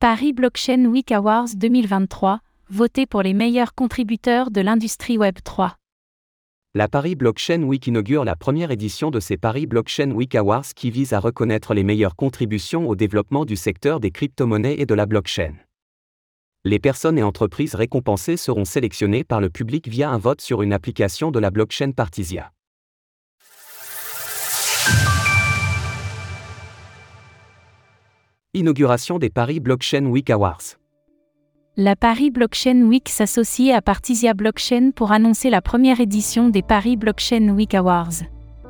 Paris Blockchain Week Awards 2023, voté pour les meilleurs contributeurs de l'industrie Web3. La Paris Blockchain Week inaugure la première édition de ces Paris Blockchain Week Awards qui vise à reconnaître les meilleures contributions au développement du secteur des crypto-monnaies et de la blockchain. Les personnes et entreprises récompensées seront sélectionnées par le public via un vote sur une application de la blockchain Partisia. Inauguration des Paris Blockchain Week Awards. La Paris Blockchain Week s'associe à Partisia Blockchain pour annoncer la première édition des Paris Blockchain Week Awards.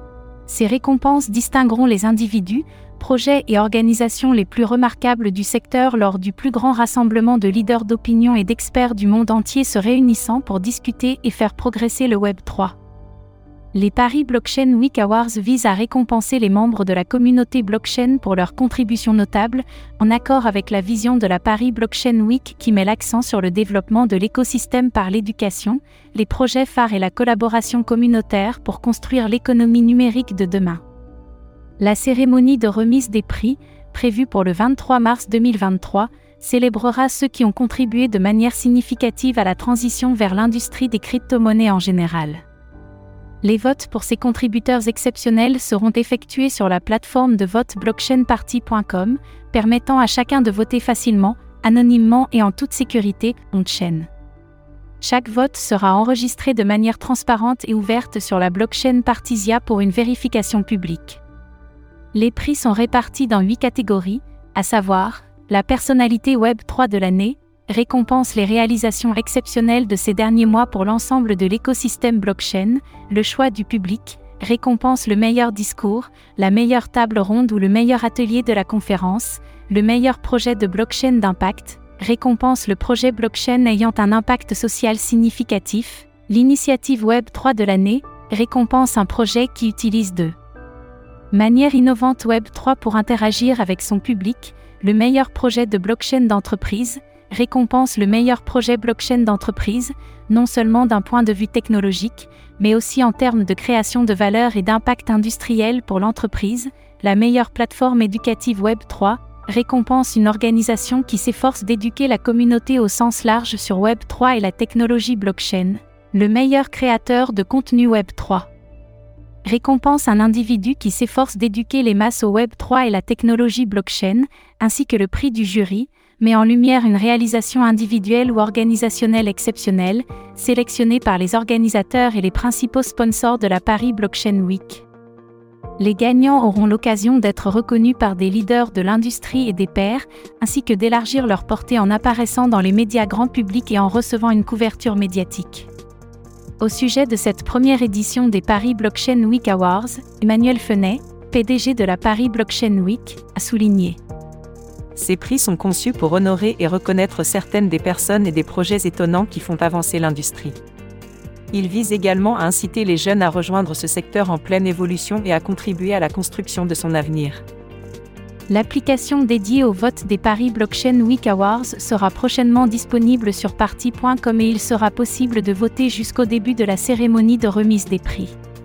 Ces récompenses distingueront les individus, projets et organisations les plus remarquables du secteur lors du plus grand rassemblement de leaders d'opinion et d'experts du monde entier se réunissant pour discuter et faire progresser le Web3. Les Paris Blockchain Week Awards visent à récompenser les membres de la communauté blockchain pour leurs contributions notables, en accord avec la vision de la Paris Blockchain Week qui met l'accent sur le développement de l'écosystème par l'éducation, les projets phares et la collaboration communautaire pour construire l'économie numérique de demain. La cérémonie de remise des prix, prévue pour le 23 mars 2023, célébrera ceux qui ont contribué de manière significative à la transition vers l'industrie des crypto-monnaies en général. Les votes pour ces contributeurs exceptionnels seront effectués sur la plateforme de vote blockchainparty.com, permettant à chacun de voter facilement, anonymement et en toute sécurité, on-chain. Chaque vote sera enregistré de manière transparente et ouverte sur la blockchain Partisia pour une vérification publique. Les prix sont répartis dans 8 catégories, à savoir, la personnalité Web3 de l'année, récompense les réalisations exceptionnelles de ces derniers mois pour l'ensemble de l'écosystème blockchain, le choix du public, récompense le meilleur discours, la meilleure table ronde ou le meilleur atelier de la conférence, le meilleur projet de blockchain d'impact, récompense le projet blockchain ayant un impact social significatif, l'initiative Web3 de l'année, récompense un projet qui utilise de manière innovante Web3 pour interagir avec son public, le meilleur projet de blockchain d'entreprise, récompense le meilleur projet blockchain d'entreprise, non seulement d'un point de vue technologique, mais aussi en termes de création de valeur et d'impact industriel pour l'entreprise, la meilleure plateforme éducative Web3, récompense une organisation qui s'efforce d'éduquer la communauté au sens large sur Web3 et la technologie blockchain, le meilleur créateur de contenu Web3. Récompense un individu qui s'efforce d'éduquer les masses au Web3 et la technologie blockchain, ainsi que le prix du jury, met en lumière une réalisation individuelle ou organisationnelle exceptionnelle, sélectionnée par les organisateurs et les principaux sponsors de la Paris Blockchain Week. Les gagnants auront l'occasion d'être reconnus par des leaders de l'industrie et des pairs, ainsi que d'élargir leur portée en apparaissant dans les médias grand public et en recevant une couverture médiatique. Au sujet de cette première édition des Paris Blockchain Week Awards, Emmanuel Fenet, PDG de la Paris Blockchain Week, a souligné: Ces prix sont conçus pour honorer et reconnaître certaines des personnes et des projets étonnants qui font avancer l'industrie. Ils visent également à inciter les jeunes à rejoindre ce secteur en pleine évolution et à contribuer à la construction de son avenir. L'application dédiée au vote des Paris Blockchain Week Awards sera prochainement disponible sur party.com et il sera possible de voter jusqu'au début de la cérémonie de remise des prix.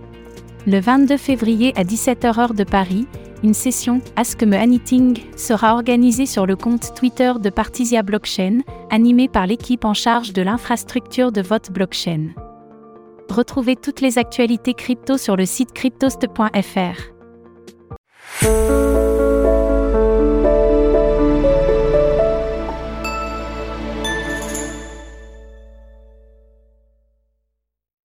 Le 22 février à 17h heure de Paris, une session « Ask Me Anything » sera organisée sur le compte Twitter de Partisia Blockchain, animée par l'équipe en charge de l'infrastructure de vote blockchain. Retrouvez toutes les actualités crypto sur le site cryptost.fr.